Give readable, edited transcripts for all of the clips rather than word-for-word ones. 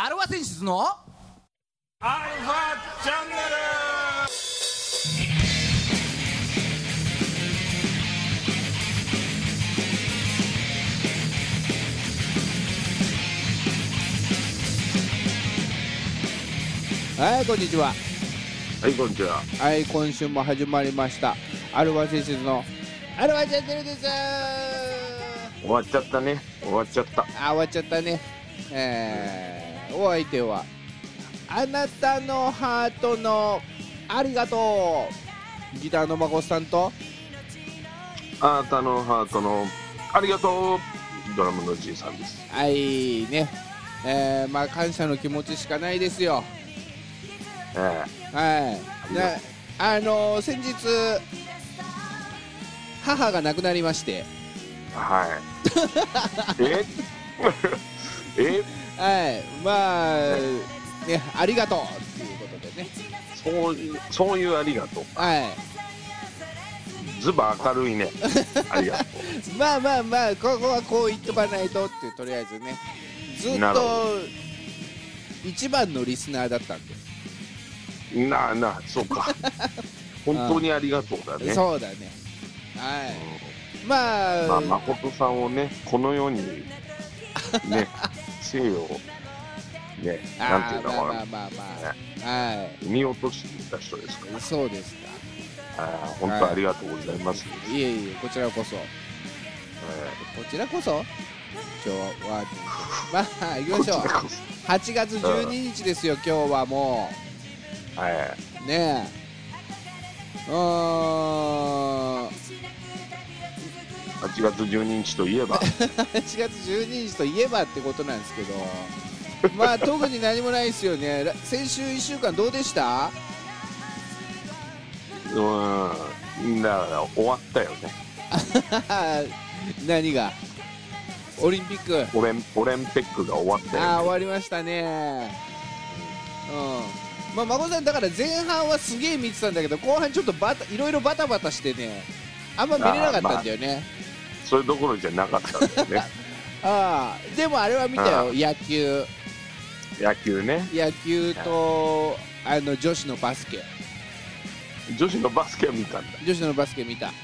アルファ選出のアルファチャンネはい、こんにちは。 ル。はい、こんにちは。 はい、今週も始まりましたアルファ選出のアルファチャンネルです。 終わっちゃったね。終わっちゃった。 終わっちゃったね。お相手はあなたのハートのありがとうギターのまこさんと、 あなたのハートのありがとうドラムのじいさんです。 はいね、まあ感謝の気持ちしかないですよ。はいね、先日母が亡くなりまして、 はいはいまあね、ありがとうっていうことでね、 そういうありがとう。 はいずば明るいね。ありがとう。 まあここはこう言っとかないとって、とりあえずねずっなるほと一番のリスナーだったんでそうか。本当にありがとうだね。 そうだね。はい、まあ誠さんをね、この世にね生をね、なんていうのかな、 はい、 見落としていた人ですから。 そうですか。 本当ありがとうございます。 いえいえ、こちらこそ、こちらこそ今日はまあ行きましょう。8月12日ですよ、今日はもうねえ、 8月12日といえば 8月12日といえばってことなんですけどまあ特に何もないですよね。先週1週間どうでした？ だから終わったよね。 何が？オリンピック、 オレンペックが終わったよね。 終わりましたね。まあ孫さんだから前半はすげえ見てたんだけど、後半ちょっといろいろバタバタしてね、あんま見れなかったんだよね。 それどころじゃなかったんだよね。 でもあれは見たよ、野球ね。 野球と女子のバスケ。 女子のバスケを見たんだ。 女子のバスケ見た。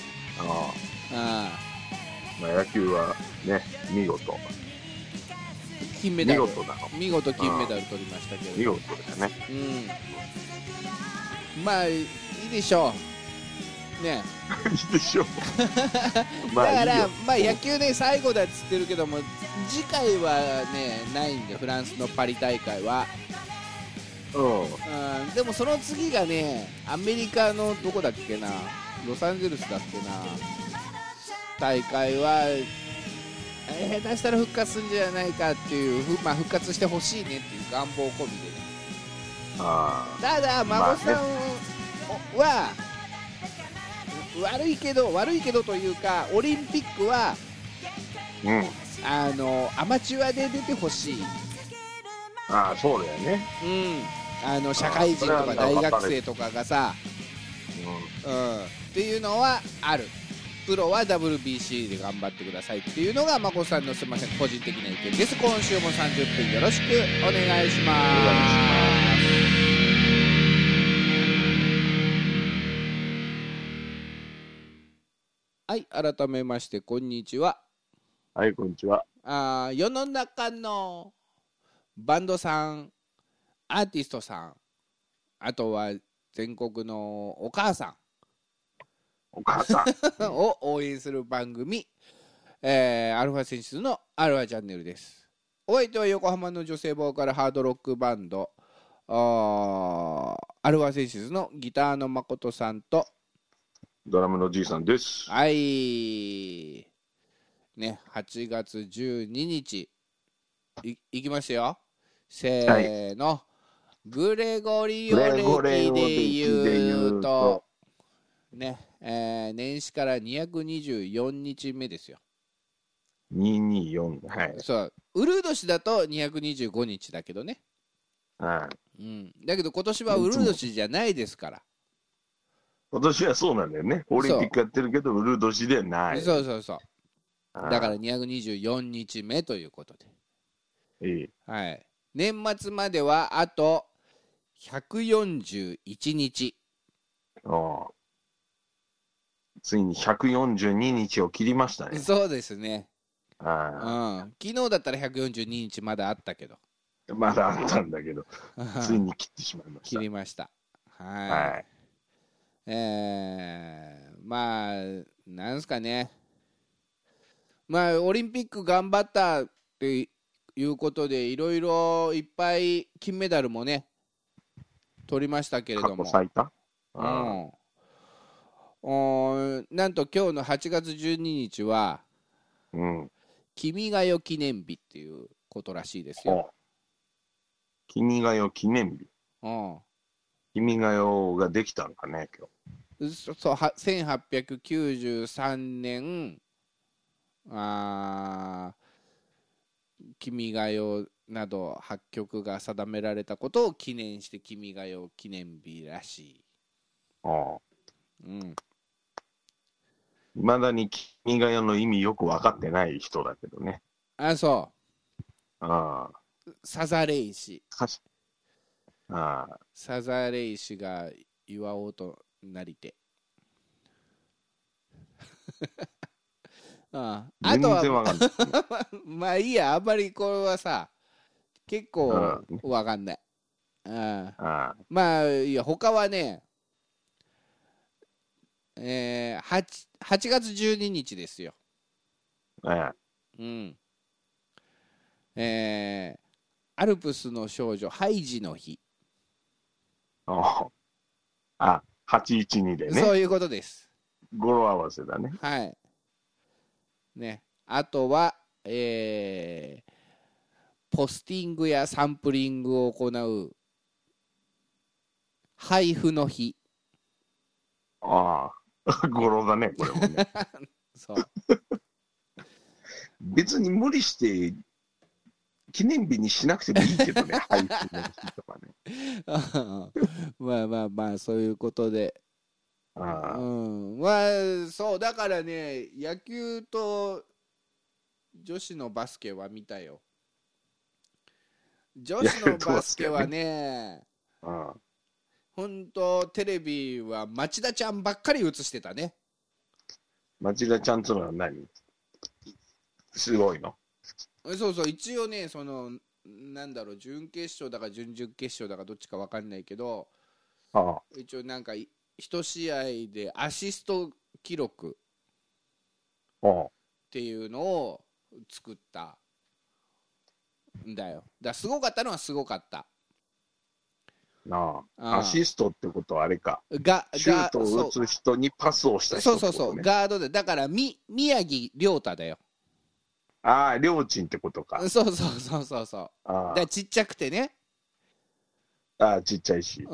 野球はね、見事金メダル、 見事金メダル取りましたけど、 見事だね。 まあいいでしょうね。 いいでしょう。 だからまあ野球ね最後だっつってるけども、次回はねないんで、フランスのパリ大会は。でもその次がね、アメリカのどこだっけな、ロサンゼルスだっけな、大会は下手したら復活するんじゃないかっていう、復活してほしいねっていう願望込みでね。ただ孫さんは悪いけどというか、オリンピックはアマチュアで出てほしい。 そうだよね。 社会人とか大学生とかがさ、っていうのはある。プロは WBC で頑張ってくださいっていうのがまこさんの、すみません、個人的な意見です。今週も30分よろしくお願いします。はい、改めましてこんにちは。 はい、こんにちは。 世の中のバンドさん、アーティストさん、あとは全国のお母さんを応援する番組、アルファ選出のアルファチャンネルです。お相手は横浜の女性ボーカルハードロックバンドアルファ選出のギターの誠さんとドラムのじいさんです。 はいね、8月12日 いきますよ。せーの、グレゴリオ暦で言うとね、年始から224日目ですよ。 224、はい。 そう、ウルー年だと225日だけどね。だけど今年はウルー年じゃないですから。 今年はそうなんだよね。オリンピックやってるけどウルー年ではない。 そうだから224日目ということで、はい。 年末まではあと141日。 ああ、ついに142日を切りましたね。 そうですね。 あ昨日だったら142日まだあったけど、 あ、まだあったんだけど、ついに切ってしまいまし切た。 りました。はい。 はい。 まあなんすかね。まあオリンピック頑張ったっていうことでいろいろいっぱい金メダルもね取りましたけれ過ども、 去最多。 なんと今日の8月12日はうん。 君が代記念日っていうことらしいですよ。 君が代記念日。君が代ができたんかね、今そう1893年君が代など8曲が定められたことを記念して君が代記念日らしい。 いまだに君が代の意味よく分かってない人だけどね。 サザレイ氏。サザレイ氏が祝おうとなりて。あとは全然分かんない。 まあいいや、あんまりこれはさ結構分かんない。まあいや、他はね、8月12日ですよ。アルプスの少女ハイジの日。 812でね。 そういうことです。 語呂合わせだね。 はいね。あとは、ポスティングやサンプリングを行う配布の日。 語呂だね、これもね。 そう別に無理して記念日にしなくてもいいけどね、配布の日とかね。 まあまあまあ、そういうことで。まあそうだからね、野球と女子のバスケは見たよ。女子のバスケはね、ほんとテレビは町田ちゃんばっかり映してたね。 町田ちゃんってのは何？すごいの？ そうそう、一応ね、なんだろう、準決勝だか準々決勝だかどっちか分かんないけど、一応なんか一試合でアシスト記録っていうのを作ったんだよ。だからすごかったのはすごかった。 アシストってことはあれか。シュートを打つ人にパスをした人ってことね。 そう、ガードで。だから宮城亮太だよ。 両親ってことか。 そう。だからちっちゃくてね。 ちっちゃいし。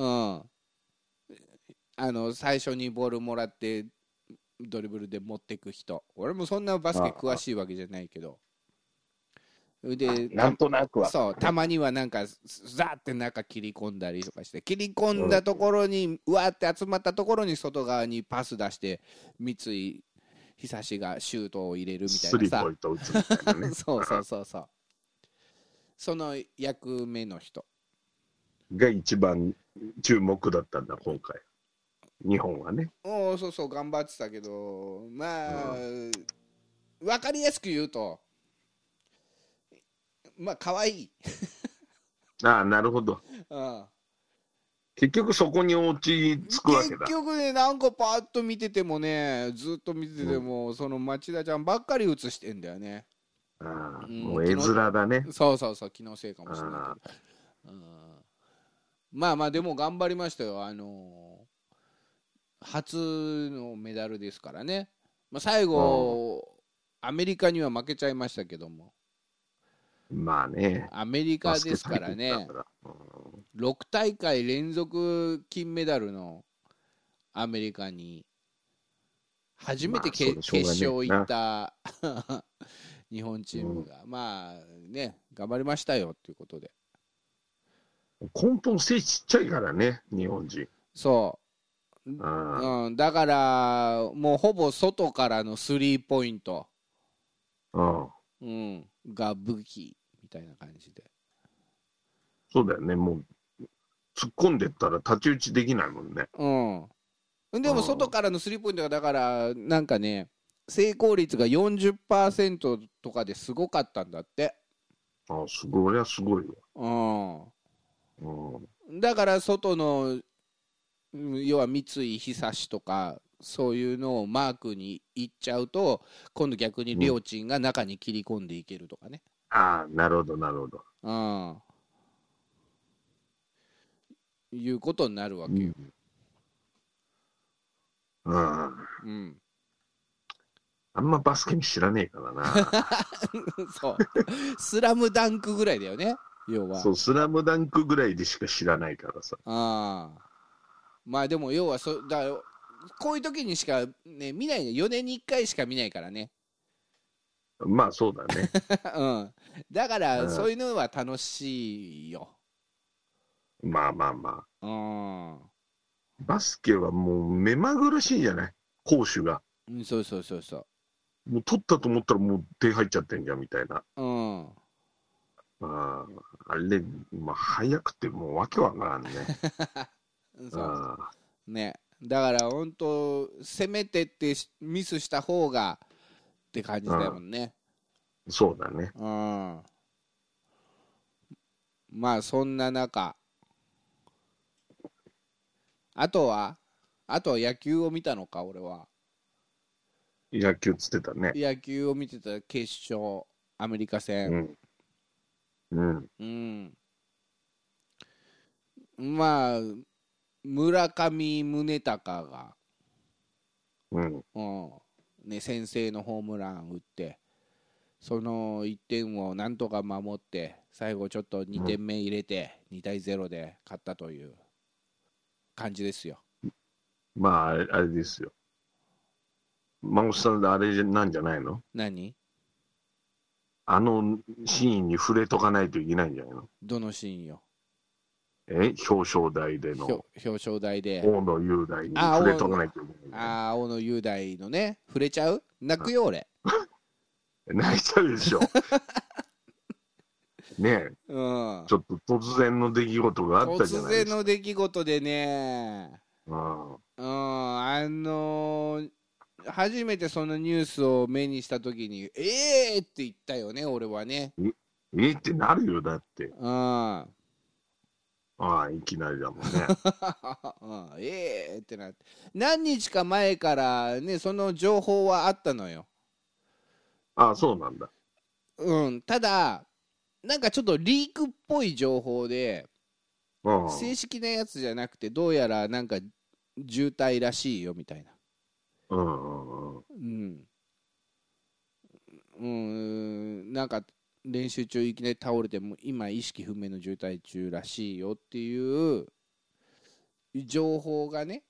最初にボールもらってドリブルで持っていく人。俺もそんなバスケ詳しいわけじゃないけど。でなんとなくは、 そう、たまにはなんかザーって中切り込んだりとかして、切り込んだところにうわーって集まったところに外側にパス出して三井久志がシュートを入れるみたいなさ、 スリーポイント打つみたいなね。 そうその役目の人が一番注目だったんだ今回、日本はね。 そう頑張ってたけど、まあ、分かりやすく言うとまあ可愛いなるほど。結局そこに落ち着くわけだ。 結局ね、なんかパーッと見ててもね、ずっと見てても、その町田ちゃんばっかり映してんだよね。 もう絵面だね。 そう気のせいかもしれないけど。まあでも頑張りましたよ。初のメダルですからね。最後アメリカには負けちゃいましたけども。 まあね、 アメリカですからね、6大会連続金メダルのアメリカに初めて決勝行った日本チームが、まあね、頑張りましたよっていうことで。 根本背ちっちゃいからね、日本人。 そう、だからもうほぼ外からのスリーポイントが武器みたいな感じで。 そうだよね。もう、突っ込んでったら太刀打ちできないもんね。 でも外からのスリーポイントがだからなんかね成功率が 40% とかですごかったんだって。 すごい、そりゃすごいわ。 だから外の要は三井久志とかそういうのをマークに行っちゃうと今度逆に両チンが中に切り込んでいけるとかね。 なるほどなるほど。 いうことになるわけよ。 あんまバスケ知らねえからな。 そうスラムダンクぐらいだよね、要は。 そう、スラムダンクぐらいでしか知らないからさ。 まあでも要はだからこういう時にしかね見ないね。4年に1回しか見ないからね。 まあそうだね。 だからそういうのは楽しいよ。 まあ。バスケはもう目まぐるしいじゃない、攻守が。 そう。 もう取ったと思ったらもう手入っちゃってんじゃんみたいな。あれ、早くてもうわけわからんね。 ね、だから本当攻めてってミスした方がって感じだもんね。 そうだね。 まあそんな中、あとは野球を見たのか。俺は野球つってたね。 野球を見てた。決勝アメリカ戦。まあ村上宗隆が、先制のホームラン打って、その1点をなんとか守って最後ちょっと2点目入れて2対0で勝ったという感じですよ。 まああれですよ。孫さん、あれなんじゃないの？ 何？ あのシーンに触れとかないといけないんじゃないの？ どのシーンよ？ 表彰台での。 表彰台で大野雄大に触れとかないといけない。 大野雄大のね、触れちゃう？泣くよ俺。 泣いちゃうでしょ。ねえ、ちょっと突然の出来事があったじゃないですか。 突然の出来事でね、初めてそのニュースを目にした時にって言ったよね、俺はね。 ってなるよ、だって。いきなりだもんね。ってなって、何日か前からねその情報はあったのよ。 そうなんだ。 ただなんかちょっとリークっぽい情報で、正式なやつじゃなくてどうやらなんか渋滞らしいよみたいな。なんか練習中いきなり倒れても今意識不明の渋滞中らしいよっていう情報がね、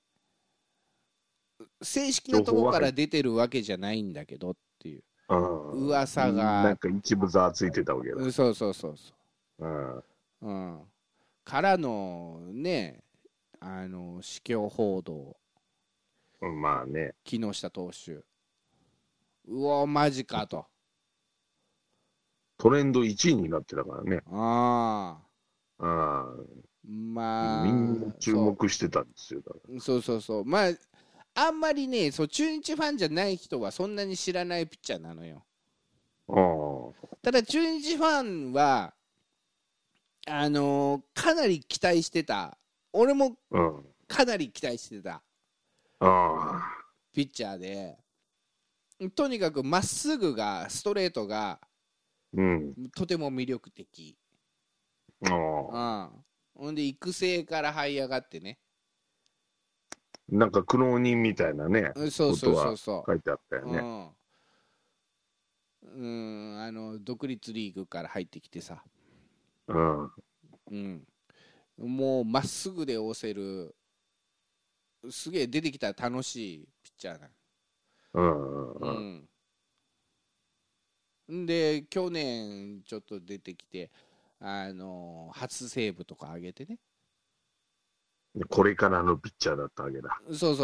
正式なところから出てるわけじゃないんだけどっていう噂がなんか一部ざわついてたわけだ。 そうからのね、市況報道。 まあね、 木下投手、うわマジかと。 トレンド1位になってたからね。 まあみんな注目してたんですよ。 そうまああんまりね、中日ファンじゃない人はそんなに知らないピッチャーなのよ。ただ中日ファンはかなり期待してた。俺もかなり期待してたピッチャーで、とにかくまっすぐがストレートが、とても魅力的。ほんで育成から這い上がってね、 なんか苦労人みたいなね、 そう書いてあったよね。独立リーグから入ってきてさ、もうまっすぐで押せる、すげえ出てきたら楽しいピッチャーな。で去年ちょっと出てきて初セーブとか上げてね、 これからのピッチャーだったわけだ。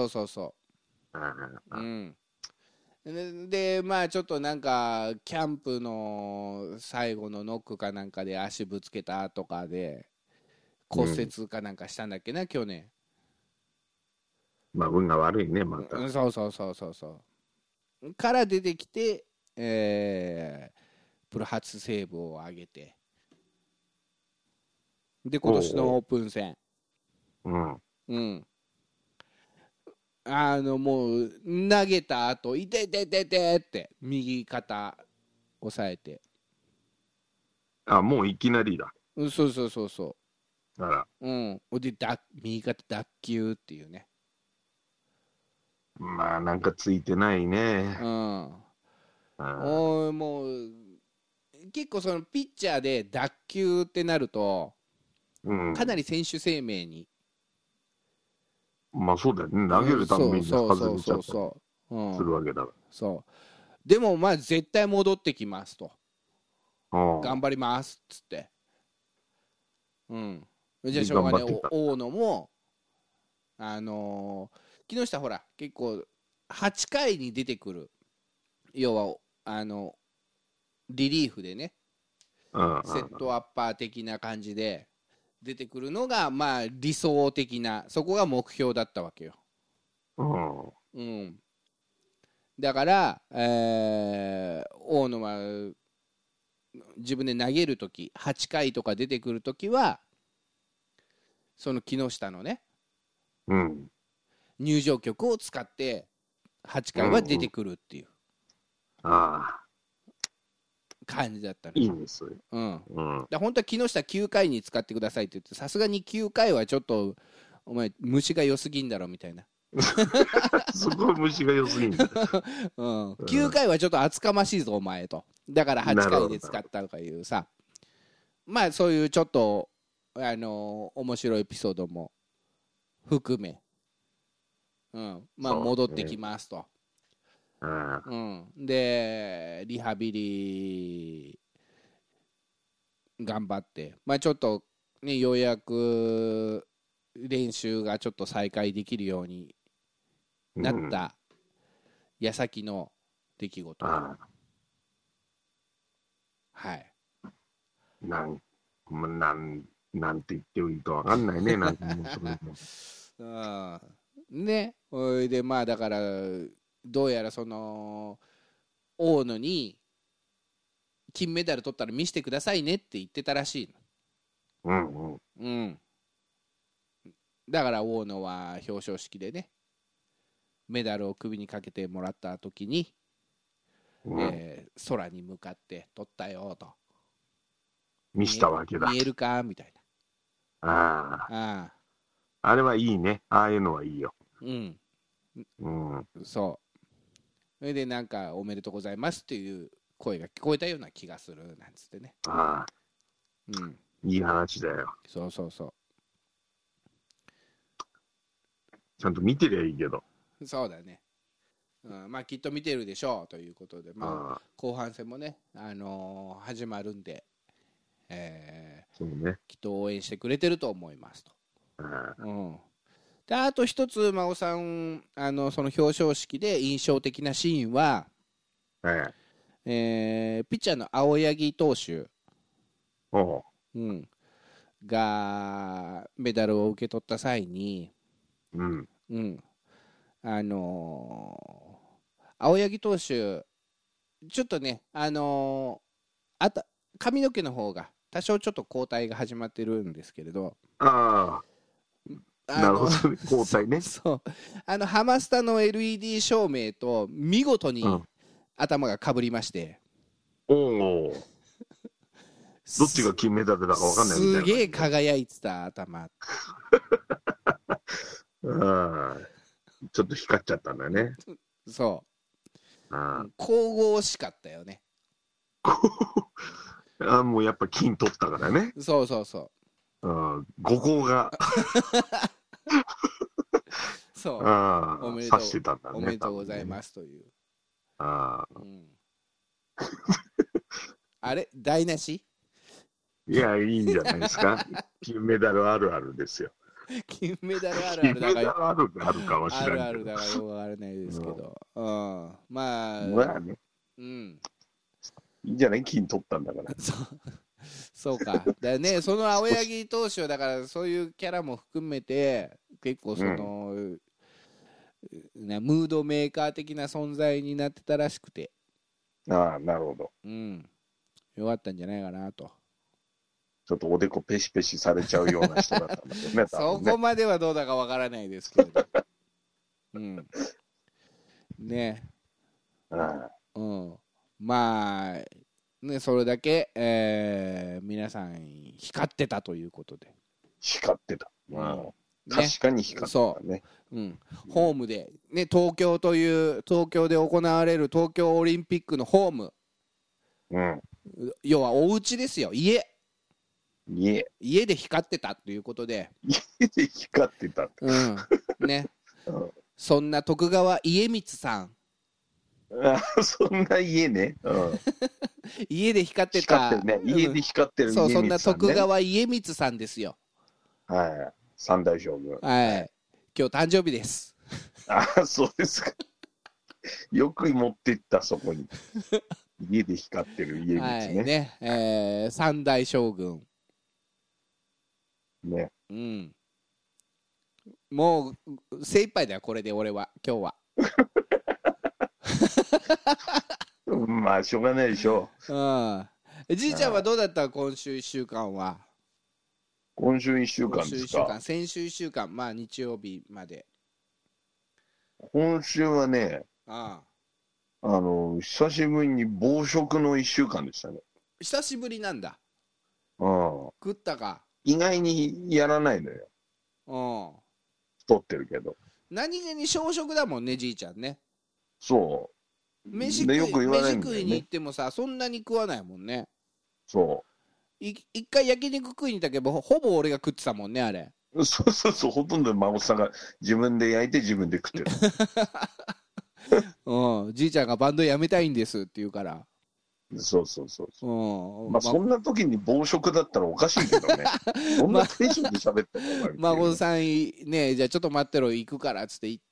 でまあちょっとなんかキャンプの最後のノックかなんかで足ぶつけたとかで骨折かなんかしたんだっけな、去年。 まあ運が悪いね、また。 そうから出てきて、プロ初セーブを上げて、で今年のオープン戦、もう投げた後、いててててって右肩押さえて、 もういきなりだ。 そうあら。 で右肩脱臼っていうね。 まあなんかついてないね。 もう結構そのピッチャーで脱臼ってなると、かなり選手生命に、 まあそうだよね、投げるために外れちゃったりするわけだから。 そうでもまあ絶対戻ってきますと、頑張りますっつって、じゃあしょうがね、大野も木下ほら結構8回に出てくる、要はリリーフでね、セットアッパー的な感じで出てくるのがまあ理想的な、そこが目標だったわけよ。だから、大野は自分で投げるとき8回とか出てくるときはその木下のね、入場曲を使って8回は出てくるっていう感じだったね。 いいんですよ。 だ本当は木下9回に使ってくださいって言って、さすがに9回はちょっとお前虫が良すぎんだろみたいなそこは虫が良すぎんだ、 9回はちょっと厚かましいぞお前と、だから8回で使ったとかいうさ、まあそういうちょっと面白いエピソードも含め、まあ戻ってきますと、でリハビリ頑張って、まあちょっとねようやく練習がちょっと再開できるようになった矢先の出来事、 なんて言っていいか分かんないね、なんかもうそれもね、おいでまあだからどうやらその大野に金メダル取ったら見せてくださいねって言ってたらしいの。だから大野は表彰式でねメダルを首にかけてもらった時に、空に向かって取ったよと見したわけだ。 見えるかみたいな。あれはいいね、ああいうのはいいよ。 そうそれでなんかおめでとうございますっていう声が聞こえたような気がするなんつってね。 いい話だよ。 そうちゃんと見てりゃいいけど。 そうだね。まあきっと見てるでしょうということで、まあ後半戦もね、始まるんで、 そうね、 きっと応援してくれてると思いますと。であと一つ真央さんその表彰式で印象的なシーンは、ピッチャーの青柳投手、がメダルを受け取った際に、青柳投手ちょっとね髪の毛の方が多少ちょっと交代が始まってるんですけれど、 なるほど、交代ね。 そうハマスタの LED 照明と見事に頭がかぶりまして、 どっちが金メダルだか分かんないみたいな。 すげえ輝いてた頭ちょっと光っちゃったんだよね。 神々しかったよね。 もうやっぱ金取ったからね。 そう五光がそう指してたんだね。 おめでとうございますという。あれ台無し？ いや、いいんじゃないですか。金メダルあるあるですよ。 金メダルあるあるだから。 あるかもしれない。 あるあるだからよくわからないですけど。まあね。いいんじゃない、金取ったんだから。 そうか。だね、その青柳投手はだからそういうキャラも含めて結構その、ムードメーカー的な存在になってたらしくて、 ああ、なるほど。 よかったんじゃないかなと。 ちょっとおでこペシペシされちゃうような人だったんだけどね。 そこまではどうだかわからないですけれど。ね。まあね、それだけ、皆さん光ってたということで。 光ってた。確かに光ってたね。 ホームで、ね、東京で行われる東京オリンピックのホーム。要はお家ですよ、家で光ってたということで。 家で光ってた。 ね。そんな徳川家光さん。 そんな家ね。 家で光ってた。 家で光ってる家光さんね。 そんな徳川家光さんですよ。 はい。三代将軍。 はい。今日誕生日です。 そうですか。よく持っていった、そこに。家で光ってる家光ね。 三代将軍。 ね。 もう精一杯だよ、これで俺は、今日は。 まあしょうがないでしょう。じいちゃんはどうだった、今週1週間は。 今週1週間ですか。 先週1週間、まあ日曜日まで。 今週はね、久しぶりに暴食の1週間でしたね。 久しぶりなんだ。食ったか。 意外にやらないのよ。太ってるけど。 何気に小食だもんね、じいちゃんね。 そう。 飯食いに行ってもさ、そんなに食わないもんね。 そう。 一回焼肉食いに行ったけど、ほぼ俺が食ってたもんね、あれ。 そう、ほとんど孫さんが自分で焼いて自分で食ってる。 じいちゃんがバンドやめたいんですって言うから。 そう。まあそんな時に暴食だったらおかしいけどね。そんなテンションで喋ってるの孫さんね、じゃあちょっと待ってろ、行くからっつって行って、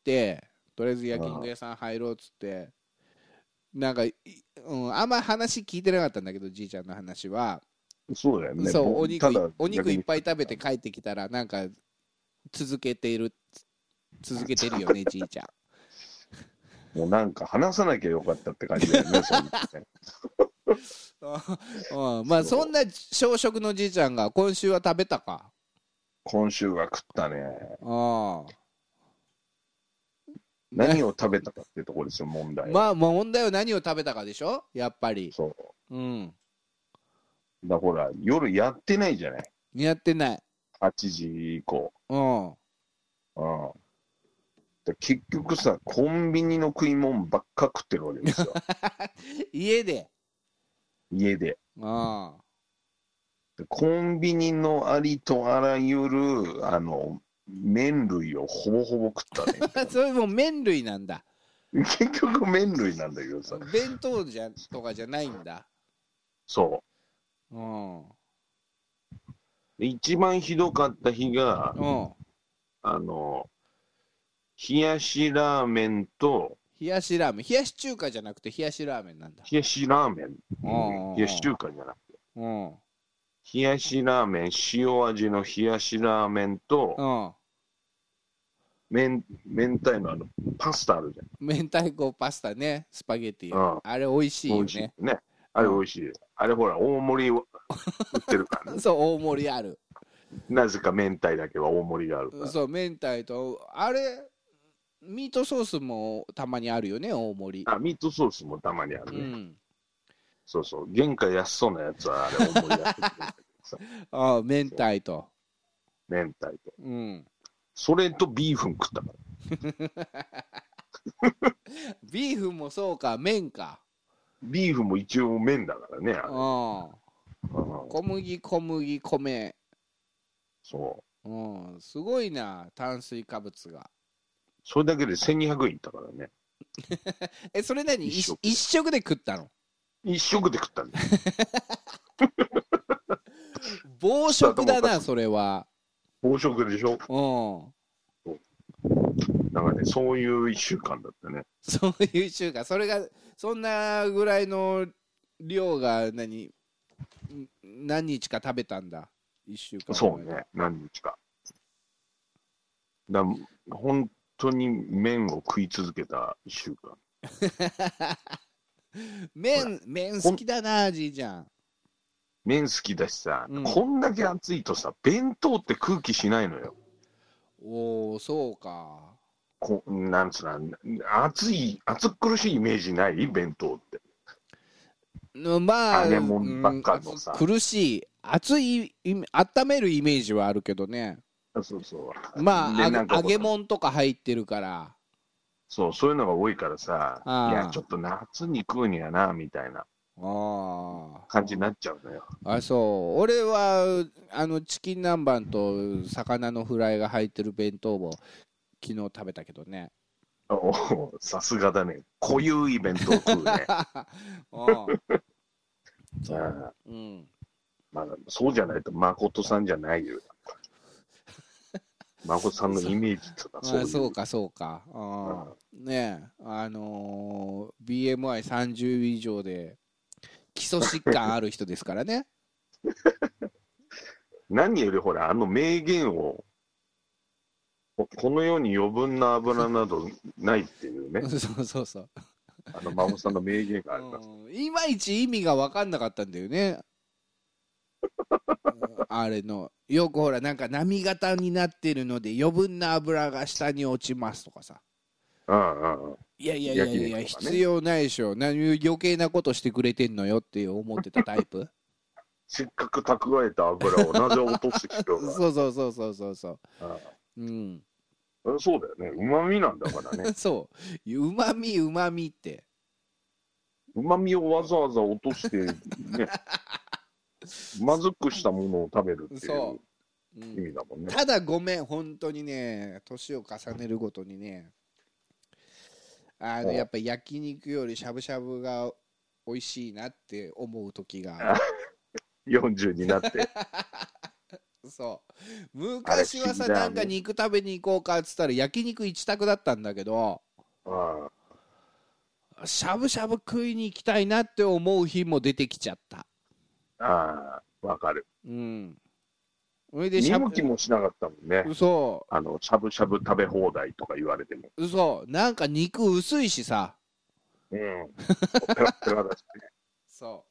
とりあえず焼肉屋さん入ろうっつって、なんか、あんま話聞いてなかったんだけど、じいちゃんの話は。 そうだよね。 そう、お肉いっぱい食べて帰ってきたら、なんか続けてるよね、じいちゃん。もうなんか話さなきゃよかったって感じだよね、そうね。まあそんな小食のじいちゃんが今週は食べたか。 今週は食ったね。何を食べたかってところですよ、問題は。 まあ問題は何を食べたかでしょ、やっぱり。 そう。だほら、夜やってないじゃない。 やってない。 8時以降。結局さ、コンビニの食い物ばっか食ってるわけですよ。 家で。 コンビニのありとあらゆる麺類をほぼほぼ食ったね。 それも麺類なんだ。 結局麺類なんだけどさ。 弁当とかじゃないんだ。 そう。一番ひどかった日が、冷やしラーメンと、 冷やしラーメン、冷やし中華じゃなくて冷やしラーメンなんだ。 冷やしラーメン、冷やし中華じゃなくて、冷やしラーメン、塩味の冷やしラーメンと、明太のパスタあるじゃん。 明太子パスタね、スパゲティ、あれ美味しいよね。 あれ美味しい。あれほら大盛り売ってるからね。 そう、大盛りある。 なぜか明太だけは大盛りがあるから。 そう、明太とあれミートソースもたまにあるよね、大盛り。 ミートソースもたまにあるね。そうそう、原価安そうなやつはあれ大盛りやってるんだけどさ。 明太と。 それとビーフン食ったから。 ビーフンもそうか、麺か。 ビーフンも一応麺だからね、あれ。 小麦、米。 そう。 すごいな、炭水化物が。 それだけで1200円いったからね。 それ何一食で食ったの？ 一食で食ったんだ。 暴食だな、それは。 暴食でしょ。なんかね、そういう1週間だったね。 そういう1週間、それがそんなぐらいの量が何日か食べたんだ、1週間。 そうね、何日か。本当に麺を食い続けた1週間。 麺好きだな、じいちゃん。 麺好きだしさ、こんだけ暑いとさ、弁当って空気しないのよ。 おお、そうか。 なんつうの、暑苦しいイメージない弁当って。 まあ、 揚げ物ばっかのさ。 苦しい、温めるイメージはあるけどね。 そうそう。 まあ、揚げ物とか入ってるから。 そういうのが多いからさ、いや、ちょっと夏に食うにはな、みたいな感じになっちゃうのよ。 そう。俺は、チキン南蛮と魚のフライが入ってる弁当を昨日食べたけどね。 さすがだね。濃ゆい弁当食うね。まあ、そうじゃないと誠さんじゃないよ。誠さんのイメージとかそうか。ねえ、BMI30 以上で基礎疾患ある人ですからね。 何よりほら、名言を、この世に余分な油などないっていうね。 そう。 孫さんの名言があります。 いまいち意味が分かんなかったんだよね。あれのよくほら、なんか波形になってるので余分な油が下に落ちますとかさ。いや、ね、必要ないでしょ。何余計なことしてくれてんのよって思ってたタイプ。 せっかく蓄えた油をなぜ落とす必要がある。 そう。 そうだよね。うまみなんだからね。 そう。うまみって。 うまみをわざわざ落としてね。まずくしたものを食べるっていう意味だもんね。 ただごめん、本当にね、年を重ねるごとにね、やっぱり焼肉よりしゃぶしゃぶが美味しいなって思う時が 40になってそう昔はさ、なんか肉食べに行こうかっつったら焼肉一択だったんだけど、しゃぶしゃぶ食いに行きたいなって思う日も出てきちゃった。 わかる。 それで見向きもしなかったもんね。 嘘。 しゃぶしゃぶ食べ放題とか言われても。 嘘。なんか肉薄いしさ。 ペラペラだしね。 そう。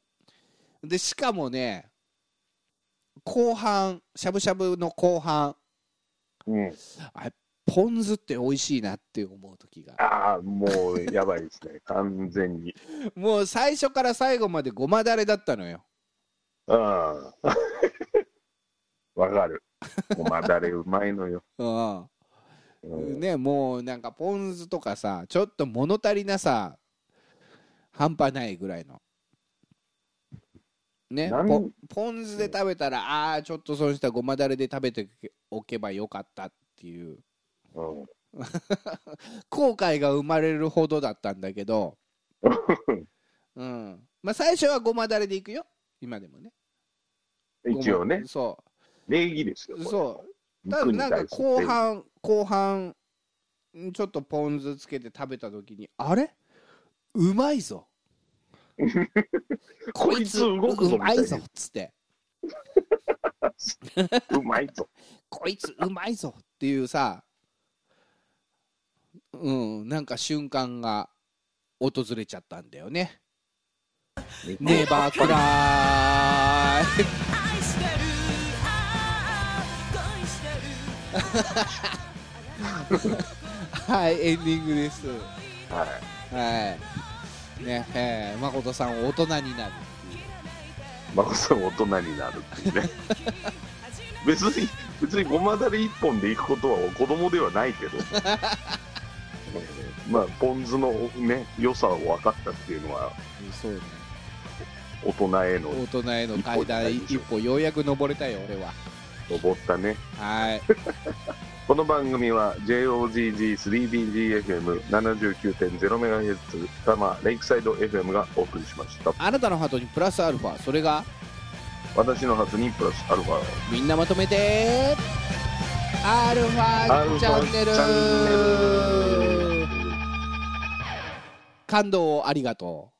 で、しかもね、後半、しゃぶしゃぶの後半、ポン酢って美味しいなって思う時が。 もうやばいですね。完全に。 もう最初から最後までごまだれだったのよ。 わかる。ごまだれうまいのよ。 ね、もうなんかポン酢とかさ、ちょっと物足りなさ半端ないぐらいのね。ポン酢で食べたらちょっとそうしたごまだれで食べておけばよかったっていう後悔が生まれるほどだったんだけどまあ最初はごまだれでいくよ、今でもね。 一応ね。礼儀ですよ。 ただなんか後半ちょっとポン酢つけて食べた時に、あれうまいぞこいつ動くぞうまいぞっつってうまいぞこいつうまいぞっていうさ、なんか瞬間が訪れちゃったんだよね。ネバークライはい、エンディングです。ね、誠さん大人になるっていう。 誠さん大人になるっていうね別にごまだれ一本でいくことは子供ではないけどまあポン酢のね良さを分かったっていうのは、 そうね、 大人への階段一歩ようやく登れたよ。俺は登ったね。この番組は JOZZ3BGFM79.0MHz 多摩レイクサイド FM がお送りしました。 あなたのハートにプラスアルファ、それが私のハートにプラスアルファ。 みんなまとめてアルファチャンネル。感動をありがとう。